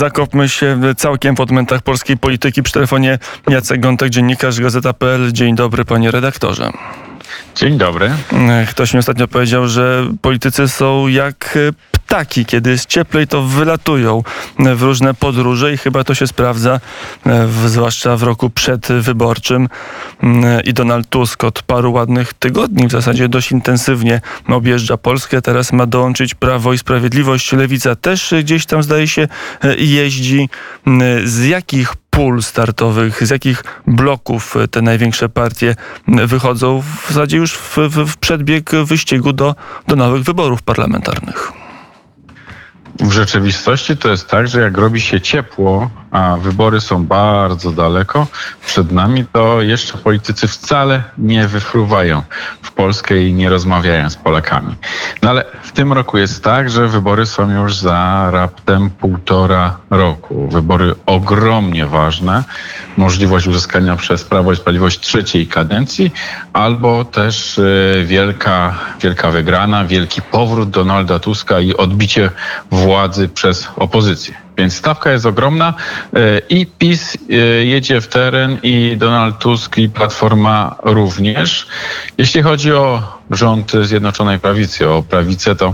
Zakopmy się całkiem w odmętach polskiej polityki. Przy telefonie Jacek Gątek, dziennikarz Gazeta.pl. Dzień dobry, panie redaktorze. Dzień dobry. Ktoś mi ostatnio powiedział, że politycy są jak ptaki. Kiedy jest cieplej, to wylatują w różne podróże i chyba to się sprawdza, zwłaszcza w roku przedwyborczym. I Donald Tusk od paru ładnych tygodni w zasadzie dość intensywnie objeżdża Polskę. Teraz ma dołączyć Prawo i Sprawiedliwość. Lewica też gdzieś tam, zdaje się, jeździ. Z jakich pól startowych, z jakich bloków te największe partie wychodzą w zasadzie już w przedbieg wyścigu do nowych wyborów parlamentarnych? W rzeczywistości to jest tak, że jak robi się ciepło, a wybory są bardzo daleko przed nami, to jeszcze politycy wcale nie wyfruwają w Polskę i nie rozmawiają z Polakami. No ale w tym roku jest tak, że wybory są już za raptem 1,5 roku. Wybory ogromnie ważne. Możliwość uzyskania przez Prawo i Sprawiedliwość 3. kadencji, albo też wielka wygrana, wielki powrót Donalda Tuska i odbicie władzy przez opozycję. Więc stawka jest ogromna i PiS jedzie w teren i Donald Tusk i Platforma również. Jeśli chodzi o rząd Zjednoczonej Prawicy, o prawicę, to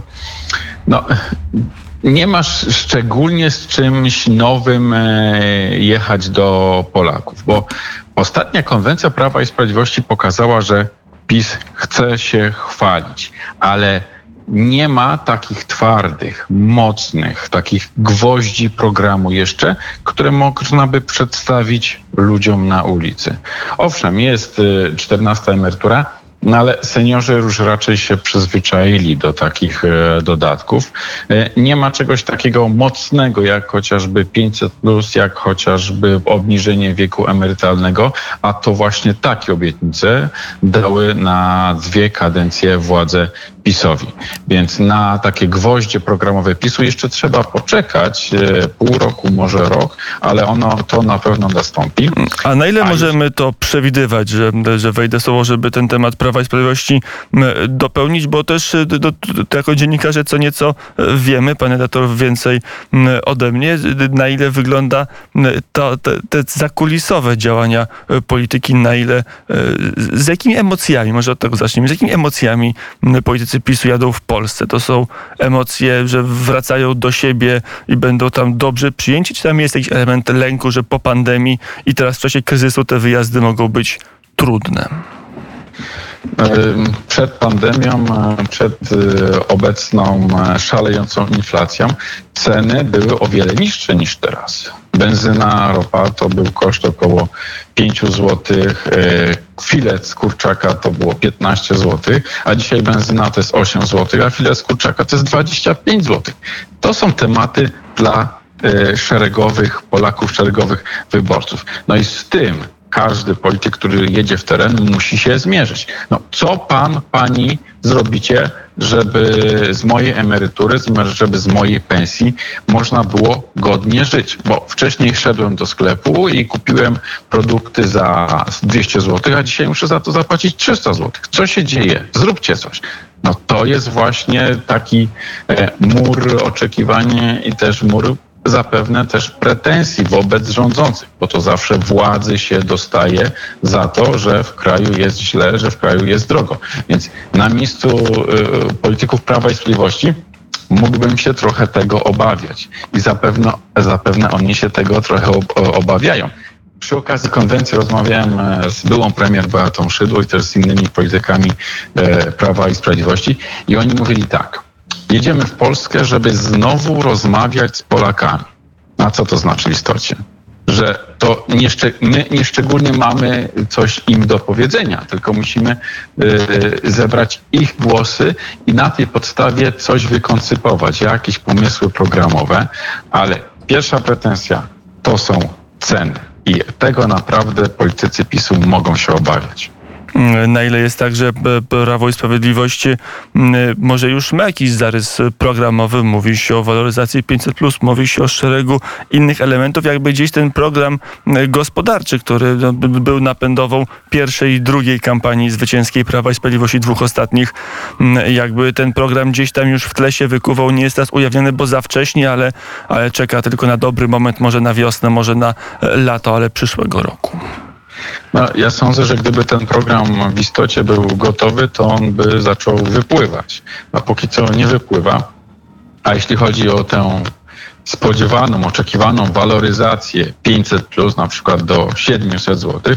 nie masz szczególnie z czymś nowym jechać do Polaków, bo ostatnia konwencja Prawa i Sprawiedliwości pokazała, że PiS chce się chwalić, ale nie ma takich twardych, mocnych, takich gwoździ programu jeszcze, które można by przedstawić ludziom na ulicy. Owszem, jest 14. emerytura, no ale seniorzy już raczej się przyzwyczaili do takich dodatków. Nie ma czegoś takiego mocnego jak chociażby 500+, jak chociażby obniżenie wieku emerytalnego, a to właśnie takie obietnice dały na 2 kadencje władzę PiS-owi. Więc na takie gwoździe programowe PiS-u jeszcze trzeba poczekać, pół roku, może rok, ale to na pewno nastąpi. A na ile możemy to przewidywać, że wejdę słowo, żeby ten temat Prawa i Sprawiedliwości dopełnić, bo też jako dziennikarze co nieco wiemy, pan redaktor więcej ode mnie, na ile wygląda te zakulisowe działania polityki, na ile, z jakimi emocjami, może od tego zacznijmy, z jakimi emocjami politycy PiS-u jadą w Polsce? To są emocje, że wracają do siebie i będą tam dobrze przyjęci, czy tam jest jakiś element lęku, że po pandemii i teraz w czasie kryzysu te wyjazdy mogą być trudne? Przed pandemią, przed obecną szalejącą inflacją ceny były o wiele niższe niż teraz. Benzyna, ropa to był koszt około 5 zł, filet z kurczaka to było 15 zł, a dzisiaj benzyna to jest 8 zł, a filet z kurczaka to jest 25 zł. To są tematy dla szeregowych Polaków, szeregowych wyborców. No i z tym każdy polityk, który jedzie w teren, musi się zmierzyć. Co pani zrobicie, żeby z mojej emerytury, żeby z mojej pensji można było godnie żyć? Bo wcześniej szedłem do sklepu i kupiłem produkty za 200 zł, a dzisiaj muszę za to zapłacić 300 zł. Co się dzieje? Zróbcie coś. To jest właśnie taki mur oczekiwania i też mur zapewne też pretensji wobec rządzących, bo to zawsze władzy się dostaje za to, że w kraju jest źle, że w kraju jest drogo. Więc na miejscu polityków Prawa i Sprawiedliwości mógłbym się trochę tego obawiać i zapewne oni się tego trochę obawiają. Przy okazji konwencji rozmawiałem z byłą premier Beatą Szydło i też z innymi politykami Prawa i Sprawiedliwości i oni mówili tak: jedziemy w Polskę, żeby znowu rozmawiać z Polakami. A co to znaczy w istocie? Że to my nieszczególnie mamy coś im do powiedzenia, tylko musimy zebrać ich głosy i na tej podstawie coś wykoncypować, jakieś pomysły programowe, ale pierwsza pretensja to są ceny i tego naprawdę politycy PiS-u mogą się obawiać. Na ile jest tak, że Prawo i Sprawiedliwość może już ma jakiś zarys programowy, mówi się o waloryzacji 500+, mówi się o szeregu innych elementów, jakby gdzieś ten program gospodarczy, który był napędową pierwszej i drugiej kampanii zwycięskiej Prawa i Sprawiedliwości, dwóch ostatnich, jakby ten program gdzieś tam już w tle się wykuwał, nie jest teraz ujawniony, bo za wcześnie, ale czeka tylko na dobry moment, może na wiosnę, może na lato, ale przyszłego roku. No, ja sądzę, że gdyby ten program w istocie był gotowy, to on by zaczął wypływać. A póki co nie wypływa. A jeśli chodzi o tę spodziewaną, oczekiwaną waloryzację 500+, na przykład do 700 zł,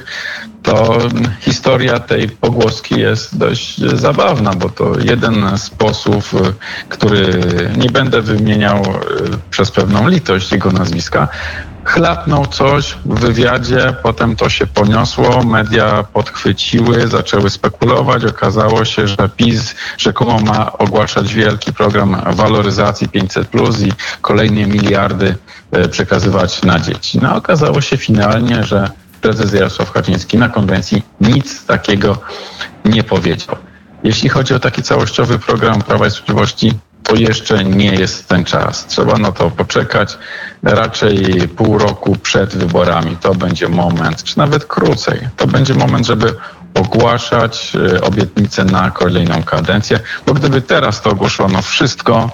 to historia tej pogłoski jest dość zabawna, bo to jeden z posłów, który nie będę wymieniał przez pewną litość jego nazwiska, chlapnął coś w wywiadzie, potem to się poniosło, media podchwyciły, zaczęły spekulować, okazało się, że PiS rzekomo ma ogłaszać wielki program waloryzacji 500+ i kolejne miliardy przekazywać na dzieci. No okazało się finalnie, że prezes Jarosław Kaczyński na konwencji nic takiego nie powiedział. Jeśli chodzi o taki całościowy program Prawa i Sprawiedliwości, to jeszcze nie jest ten czas. Trzeba na to poczekać. Raczej pół roku przed wyborami to będzie moment, czy nawet krócej. To będzie moment, żeby ogłaszać obietnice na kolejną kadencję, bo gdyby teraz to ogłoszono wszystko,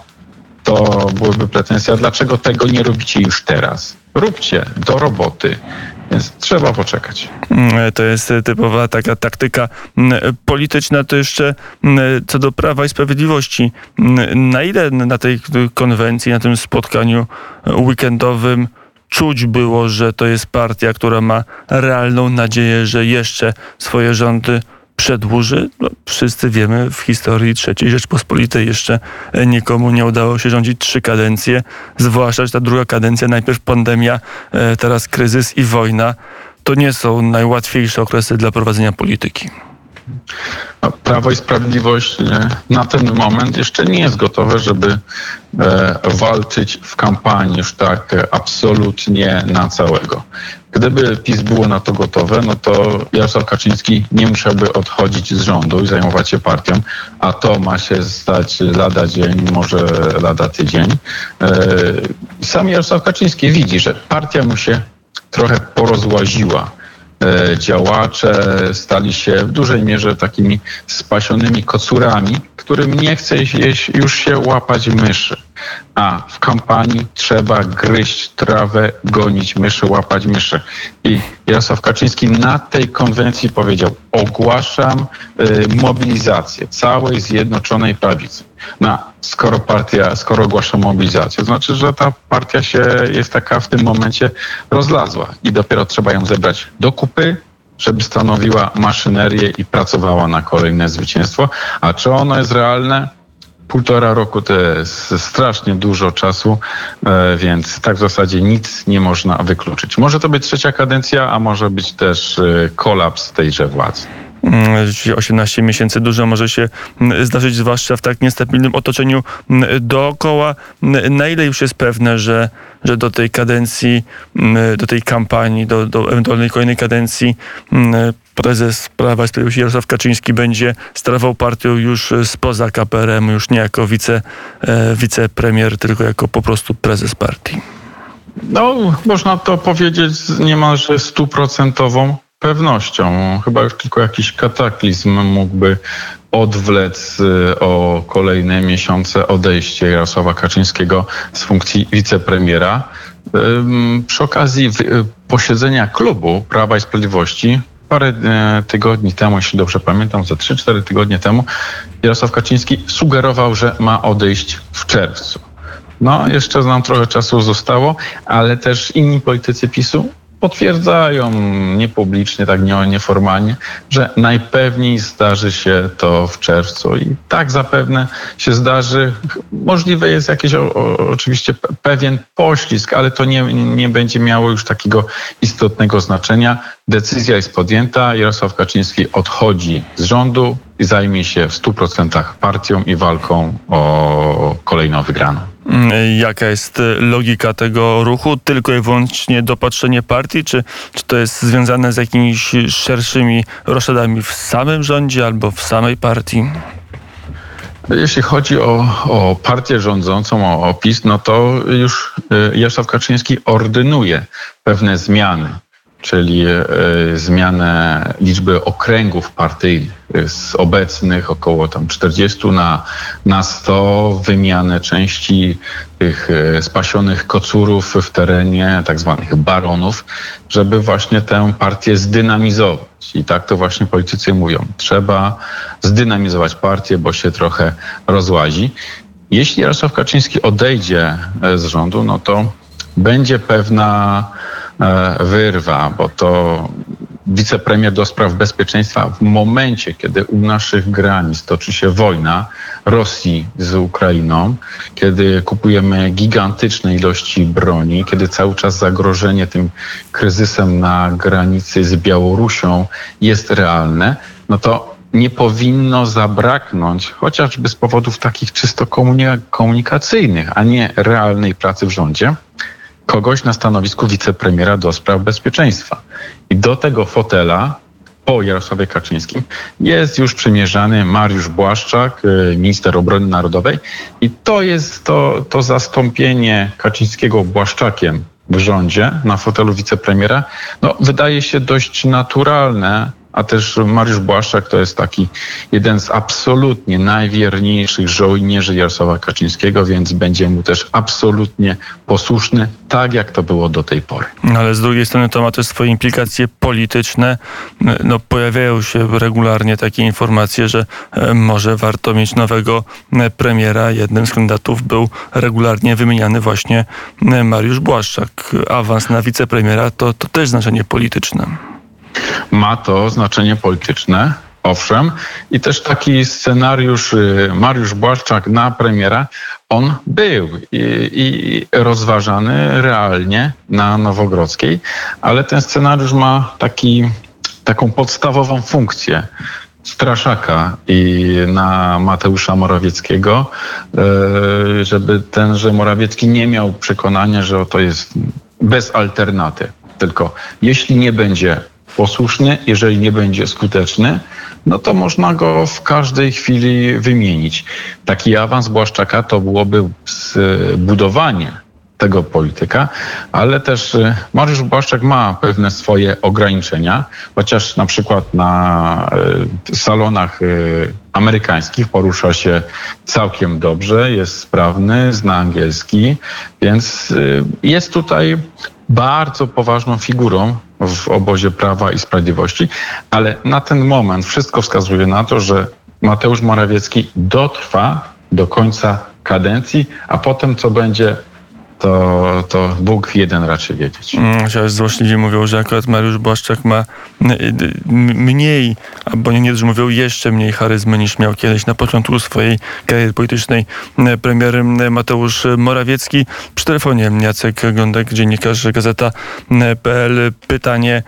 to byłyby pretensje, dlaczego tego nie robicie już teraz? Róbcie do roboty. Więc trzeba poczekać. To jest typowa taka taktyka polityczna. To jeszcze co do Prawa i Sprawiedliwości. Na ile na tej konwencji, na tym spotkaniu weekendowym czuć było, że to jest partia, która ma realną nadzieję, że jeszcze swoje rządy przedłuży? No, wszyscy wiemy, w historii III Rzeczpospolitej jeszcze nikomu nie udało się rządzić 3 kadencje, zwłaszcza, że ta druga kadencja, najpierw pandemia, teraz kryzys i wojna. To nie są najłatwiejsze okresy dla prowadzenia polityki. Prawo i Sprawiedliwość na ten moment jeszcze nie jest gotowe, żeby walczyć w kampanii już tak absolutnie na całego. Gdyby PiS było na to gotowe, no to Jarosław Kaczyński nie musiałby odchodzić z rządu i zajmować się partią, a to ma się stać lada dzień, może lada tydzień. Sam Jarosław Kaczyński widzi, że partia mu się trochę porozłaziła. Działacze stali się w dużej mierze takimi spasionymi kocurami, którym nie chce już się łapać myszy. A w kampanii trzeba gryźć trawę, gonić myszy, łapać myszy. I Jarosław Kaczyński na tej konwencji powiedział: ogłaszam mobilizację całej Zjednoczonej Prawicy. No, skoro ogłasza mobilizację, to znaczy, że ta partia jest taka w tym momencie rozlazła i dopiero trzeba ją zebrać do kupy, żeby stanowiła maszynerię i pracowała na kolejne zwycięstwo. A czy ono jest realne? 1,5 roku to jest strasznie dużo czasu, więc tak w zasadzie nic nie można wykluczyć. Może to być 3. kadencja, a może być też kolaps tejże władzy. 18 miesięcy dużo może się zdarzyć, zwłaszcza w tak niestabilnym otoczeniu dookoła. Na ile już jest pewne, że do tej kadencji, do tej kampanii, do ewentualnej kolejnej kadencji prezes Prawa i Sprawiedliwości Jarosław Kaczyński będzie sterował partią już spoza KPRM, już nie jako wicepremier, tylko jako po prostu prezes partii? No, można to powiedzieć z niemalże 100% pewnością. Chyba już tylko jakiś kataklizm mógłby odwlec o kolejne miesiące odejście Jarosława Kaczyńskiego z funkcji wicepremiera. Przy okazji posiedzenia klubu Prawa i Sprawiedliwości parę tygodni temu, jeśli dobrze pamiętam, za 3-4 tygodnie temu, Jarosław Kaczyński sugerował, że ma odejść w czerwcu. No, jeszcze nam trochę czasu zostało, ale też inni politycy PiS-u potwierdzają niepublicznie, tak nieformalnie, że najpewniej zdarzy się to w czerwcu i tak zapewne się zdarzy. Możliwe jest jakiś oczywiście pewien poślizg, ale to nie będzie miało już takiego istotnego znaczenia. Decyzja jest podjęta, Jarosław Kaczyński odchodzi z rządu i zajmie się w 100% partią i walką o kolejną wygraną. Jaka jest logika tego ruchu? Tylko i wyłącznie dopatrzenie partii, czy to jest związane z jakimiś szerszymi roszadami w samym rządzie albo w samej partii? Jeśli chodzi o partię rządzącą, o PiS, no to już Jarosław Kaczyński ordynuje pewne zmiany, czyli zmianę liczby okręgów partyjnych z obecnych około 40 na 100, wymianę części tych spasionych kocurów w terenie, tak zwanych baronów, żeby właśnie tę partię zdynamizować. I tak to właśnie politycy mówią. Trzeba zdynamizować partię, bo się trochę rozłazi. Jeśli Jarosław Kaczyński odejdzie z rządu, no to będzie pewna wyrwa, bo to wicepremier do spraw bezpieczeństwa w momencie, kiedy u naszych granic toczy się wojna Rosji z Ukrainą, kiedy kupujemy gigantyczne ilości broni, kiedy cały czas zagrożenie tym kryzysem na granicy z Białorusią jest realne, no to nie powinno zabraknąć, chociażby z powodów takich czysto komunikacyjnych, a nie realnej pracy w rządzie, kogoś na stanowisku wicepremiera do spraw bezpieczeństwa. I do tego fotela po Jarosławie Kaczyńskim jest już przymierzany Mariusz Błaszczak, minister obrony narodowej. I to jest to zastąpienie Kaczyńskiego Błaszczakiem w rządzie na fotelu wicepremiera, no, wydaje się dość naturalne, a też Mariusz Błaszczak to jest taki jeden z absolutnie najwierniejszych żołnierzy Jarosława Kaczyńskiego, więc będzie mu też absolutnie posłuszny, tak jak to było do tej pory. Ale z drugiej strony to ma też swoje implikacje polityczne. No, pojawiają się regularnie takie informacje, że może warto mieć nowego premiera. Jednym z kandydatów był regularnie wymieniany właśnie Mariusz Błaszczak. Awans na wicepremiera to też znaczenie polityczne. Ma to znaczenie polityczne, owszem. I też taki scenariusz Mariusz Błaszczak na premiera, on był i rozważany realnie na Nowogrodzkiej, ale ten scenariusz ma taką podstawową funkcję straszaka i na Mateusza Morawieckiego, żeby tenże Morawiecki nie miał przekonania, że to jest bez alternatyw. Tylko jeśli nie będzie posłuszny, jeżeli nie będzie skuteczny, no to można go w każdej chwili wymienić. Taki awans Błaszczaka to byłoby zbudowanie tego polityka, ale też Mariusz Błaszczak ma pewne swoje ograniczenia, chociaż na przykład na salonach amerykańskich porusza się całkiem dobrze, jest sprawny, zna angielski, więc jest tutaj bardzo poważną figurą w obozie Prawa i Sprawiedliwości, ale na ten moment wszystko wskazuje na to, że Mateusz Morawiecki dotrwa do końca kadencji, a potem co będzie, to Bóg jeden raczy wiedzieć. Złośliwi mówią, że akurat Mariusz Błaszczak ma mniej, albo niektórzy mówią jeszcze mniej charyzmy niż miał kiedyś na początku swojej kariery politycznej premier Mateusz Morawiecki. Przy telefonie Jacek Gądek, dziennikarz Gazeta.pl. Pytanie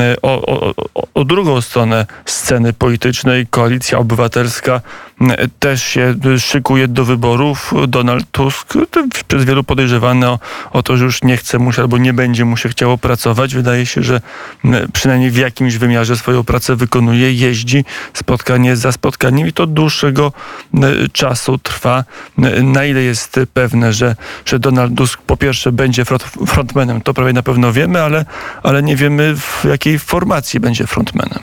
o drugą stronę sceny politycznej. Koalicja Obywatelska też się szykuje do wyborów. Donald Tusk przez wielu podejrzewany o to, że już nie chce mu się albo nie będzie mu się chciało pracować. Wydaje się, że przynajmniej w jakimś wymiarze swoją pracę wykonuje, jeździ spotkanie za spotkaniem i to od dłuższego czasu trwa. Na ile jest pewne, że Donald Tusk po pierwsze będzie frontmanem, to prawie na pewno wiemy, ale nie wiemy, w jakiej formacji będzie frontmanem.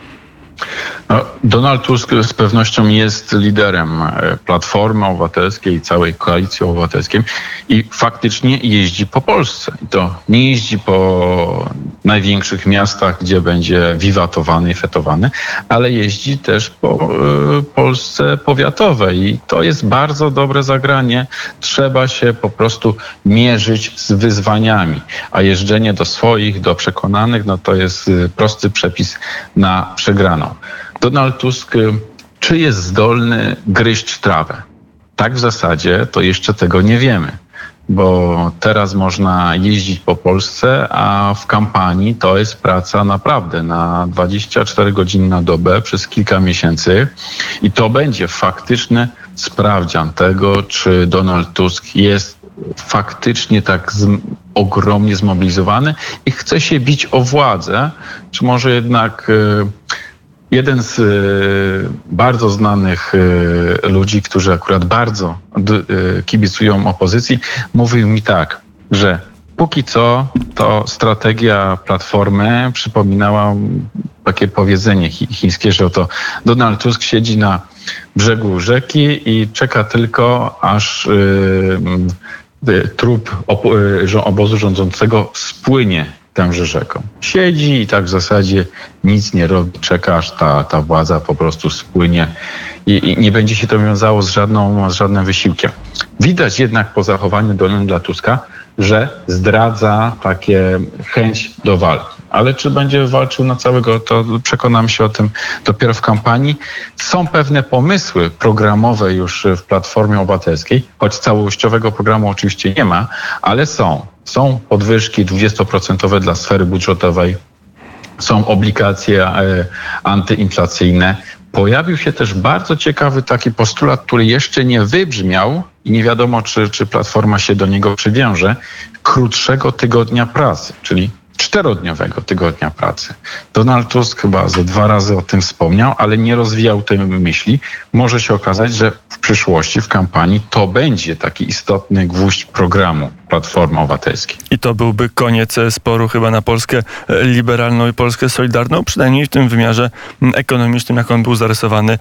No, Donald Tusk z pewnością jest liderem Platformy Obywatelskiej i całej Koalicji Obywatelskiej i faktycznie jeździ po Polsce. I to nie jeździ po największych miastach, gdzie będzie wiwatowany i fetowany, ale jeździ też po Polsce powiatowej i to jest bardzo dobre zagranie. Trzeba się po prostu mierzyć z wyzwaniami, a jeżdżenie do swoich, do przekonanych, no to jest prosty przepis na przegraną. Donald Tusk, czy jest zdolny gryźć trawę? Tak w zasadzie to jeszcze tego nie wiemy, bo teraz można jeździć po Polsce, a w kampanii to jest praca naprawdę na 24 godziny na dobę przez kilka miesięcy i to będzie faktyczne sprawdzian tego, czy Donald Tusk jest faktycznie tak ogromnie zmobilizowany i chce się bić o władzę, czy może jednak jeden z bardzo znanych ludzi, którzy akurat bardzo kibicują opozycji, mówił mi tak, że póki co to strategia Platformy przypominała takie powiedzenie chińskie, że oto Donald Tusk siedzi na brzegu rzeki i czeka tylko, aż trup obozu rządzącego spłynie tęże rzeką. Siedzi i tak w zasadzie nic nie robi, czeka, aż ta władza po prostu spłynie i nie będzie się to wiązało z żadnym wysiłkiem. Widać jednak po zachowaniu Donalda Tuska, że zdradza takie chęć do walki. Ale czy będzie walczył na całego, to przekonam się o tym dopiero w kampanii. Są pewne pomysły programowe już w Platformie Obywatelskiej, choć całościowego programu oczywiście nie ma, ale są. Są podwyżki 20% dla sfery budżetowej, są obligacje antyinflacyjne. Pojawił się też bardzo ciekawy taki postulat, który jeszcze nie wybrzmiał i nie wiadomo, czy Platforma się do niego przywiąże, krótszego tygodnia pracy, czyli 4-dniowego tygodnia pracy. Donald Tusk chyba ze 2 razy o tym wspomniał, ale nie rozwijał tej myśli. Może się okazać, że w przyszłości, w kampanii to będzie taki istotny gwóźdź programu Platformy Obywatelskiej. I to byłby koniec sporu chyba na Polskę liberalną i Polskę solidarną, przynajmniej w tym wymiarze ekonomicznym, jak on był zarysowany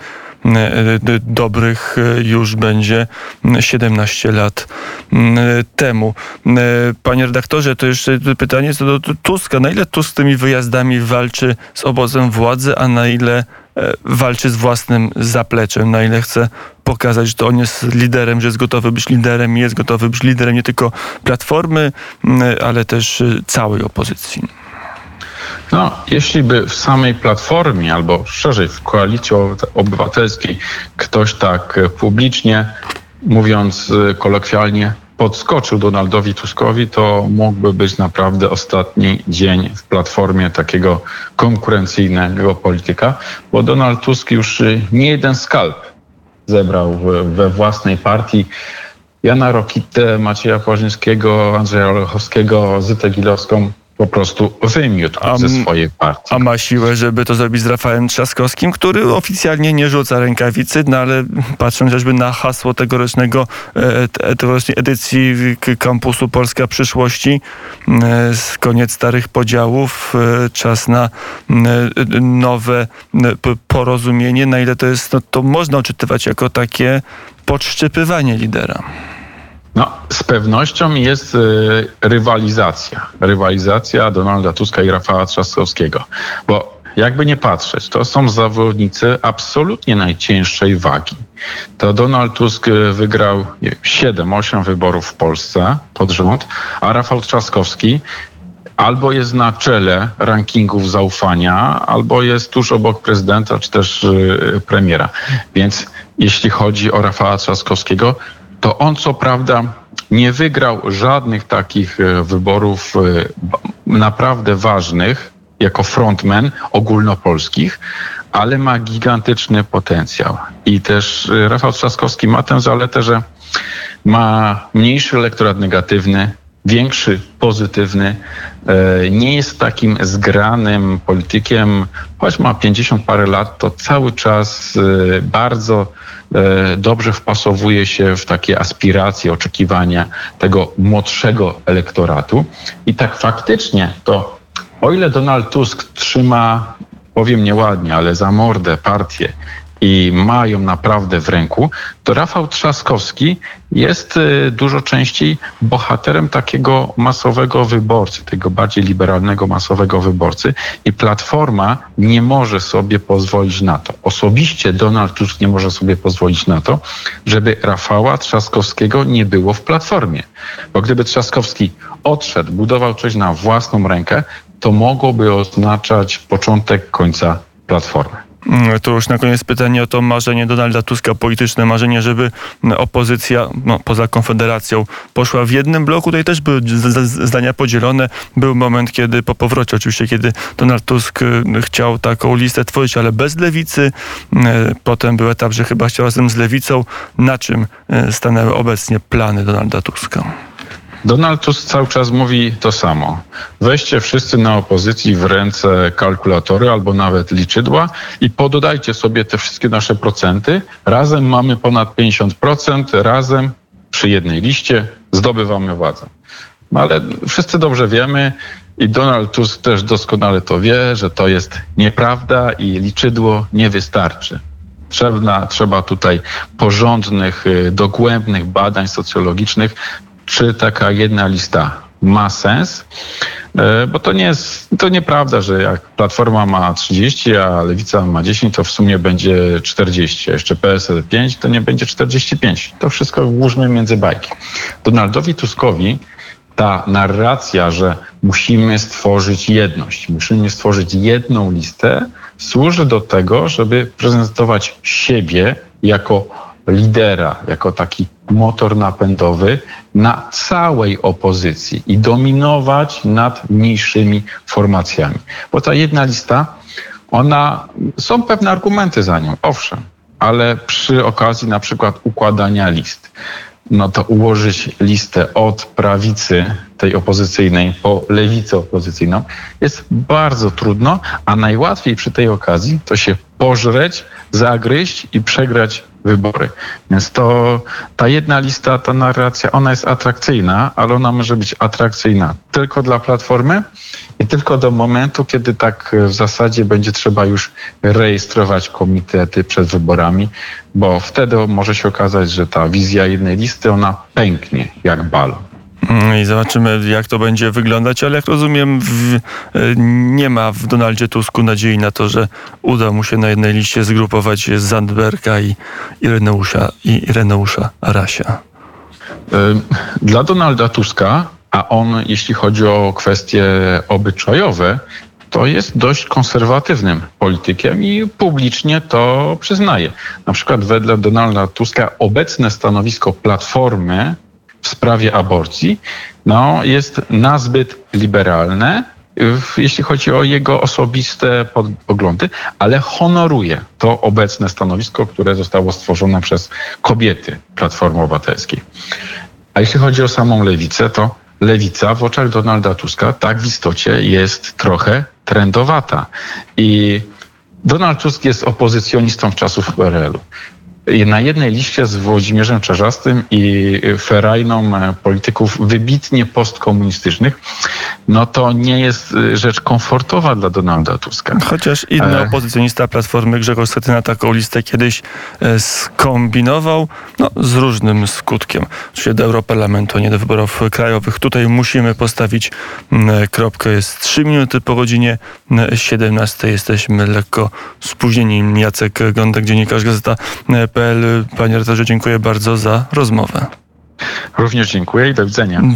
dobrych już będzie 17 lat temu. Panie redaktorze, to jeszcze pytanie co do Tuska. Na ile Tusk z tymi wyjazdami walczy z obozem władzy, a na ile walczy z własnym zapleczem, na ile chce pokazać, że to on jest liderem, że jest gotowy być liderem i jest gotowy być liderem nie tylko Platformy, ale też całej opozycji. No, jeśli by w samej Platformie, albo szerzej w Koalicji Obywatelskiej ktoś tak publicznie, mówiąc kolokwialnie, podskoczył Donaldowi Tuskowi, to mógłby być naprawdę ostatni dzień w Platformie takiego konkurencyjnego polityka, bo Donald Tusk już nie jeden skalp zebrał we własnej partii. Jana Rokitę, Macieja Płażyńskiego, Andrzeja Olechowskiego, Zytę Gilowską po prostu wymiótł ze swojej partii. A ma siłę, żeby to zrobić z Rafałem Trzaskowskim, który oficjalnie nie rzuca rękawicy, no ale patrząc chociażby na hasło tegorocznej edycji kampusu Polska Przyszłości, koniec starych podziałów, czas na nowe porozumienie, na ile to jest, no, to można odczytywać jako takie podszczypywanie lidera. No, z pewnością jest rywalizacja. Rywalizacja Donalda Tuska i Rafała Trzaskowskiego. Bo jakby nie patrzeć, to są zawodnicy absolutnie najcięższej wagi. To Donald Tusk wygrał 7-8 wyborów w Polsce pod rząd, a Rafał Trzaskowski albo jest na czele rankingów zaufania, albo jest tuż obok prezydenta, czy też premiera. Więc jeśli chodzi o Rafała Trzaskowskiego, to on co prawda nie wygrał żadnych takich wyborów naprawdę ważnych jako frontman ogólnopolskich, ale ma gigantyczny potencjał. I też Rafał Trzaskowski ma tę zaletę, że ma mniejszy elektorat negatywny, większy pozytywny, nie jest takim zgranym politykiem, choć ma 50 parę lat, to cały czas bardzo dobrze wpasowuje się w takie aspiracje, oczekiwania tego młodszego elektoratu. I tak faktycznie to, o ile Donald Tusk trzyma, powiem nieładnie, ale za mordę partię i ma ją naprawdę w ręku, to Rafał Trzaskowski jest dużo częściej bohaterem takiego masowego wyborcy, tego bardziej liberalnego masowego wyborcy i Platforma nie może sobie pozwolić na to. Osobiście Donald Tusk nie może sobie pozwolić na to, żeby Rafała Trzaskowskiego nie było w Platformie. Bo gdyby Trzaskowski odszedł, budował coś na własną rękę, to mogłoby oznaczać początek końca Platformy. To już na koniec pytanie o to marzenie Donalda Tuska, polityczne marzenie, żeby opozycja, poza Konfederacją, poszła w jednym bloku. Tutaj też były zdania podzielone. Był moment, kiedy po powrocie oczywiście, kiedy Donald Tusk chciał taką listę tworzyć, ale bez Lewicy. Potem był etap, że chyba chciał razem z Lewicą. Na czym stanęły obecnie plany Donalda Tuska? Donald Tusk cały czas mówi to samo. Weźcie wszyscy na opozycji w ręce kalkulatory albo nawet liczydła i pododajcie sobie te wszystkie nasze procenty. Razem mamy ponad 50%, razem przy jednej liście zdobywamy władzę. No ale wszyscy dobrze wiemy i Donald Tusk też doskonale to wie, że to jest nieprawda i liczydło nie wystarczy. Trzeba tutaj porządnych, dogłębnych badań socjologicznych, czy taka jedna lista ma sens, bo to nieprawda, że jak Platforma ma 30, a Lewica ma 10, to w sumie będzie 40, a jeszcze PSL 5, to nie będzie 45. To wszystko włóżmy między bajki. Donaldowi Tuskowi ta narracja, że musimy stworzyć jedność, musimy stworzyć jedną listę, służy do tego, żeby prezentować siebie jako lidera, jako taki motor napędowy na całej opozycji i dominować nad mniejszymi formacjami. Bo ta jedna lista, są pewne argumenty za nią, owszem, ale przy okazji na przykład układania list, no to ułożyć listę od prawicy tej opozycyjnej po lewicę opozycyjną jest bardzo trudno, a najłatwiej przy tej okazji to się pożreć, zagryźć i przegrać wybory. Więc ta jedna lista, ta narracja, ona jest atrakcyjna, ale ona może być atrakcyjna tylko dla Platformy i tylko do momentu, kiedy tak w zasadzie będzie trzeba już rejestrować komitety przed wyborami, bo wtedy może się okazać, że ta wizja jednej listy, ona pęknie jak balon. I zobaczymy, jak to będzie wyglądać, ale jak rozumiem, nie ma w Donaldzie Tusku nadziei na to, że uda mu się na jednej liście zgrupować Zandberga i Ireneusza Arasia. Dla Donalda Tuska, a on, jeśli chodzi o kwestie obyczajowe, to jest dość konserwatywnym politykiem i publicznie to przyznaje. Na przykład wedle Donalda Tuska obecne stanowisko Platformy w sprawie aborcji jest nazbyt liberalne, jeśli chodzi o jego osobiste poglądy, ale honoruje to obecne stanowisko, które zostało stworzone przez kobiety Platformy Obywatelskiej. A jeśli chodzi o samą lewicę, to lewica w oczach Donalda Tuska tak w istocie jest trochę trendowata. I Donald Tusk jest opozycjonistą w czasów PRL-u. Na jednej liście z Włodzimierzem Czarzastym i ferajną polityków wybitnie postkomunistycznych, no to nie jest rzecz komfortowa dla Donalda Tuska. Chociaż inny opozycjonista Platformy, Grzegorz Schetyna, taką listę kiedyś skombinował, z różnym skutkiem. Oczywiście do Europarlamentu, a nie do wyborów krajowych. Tutaj musimy postawić kropkę. Jest 3 minuty po godzinie 17. Jesteśmy lekko spóźnieni. Jacek Gądek, dziennikarz Gazeta.pl. Panie redaktorze, dziękuję bardzo za rozmowę. Również dziękuję i do widzenia.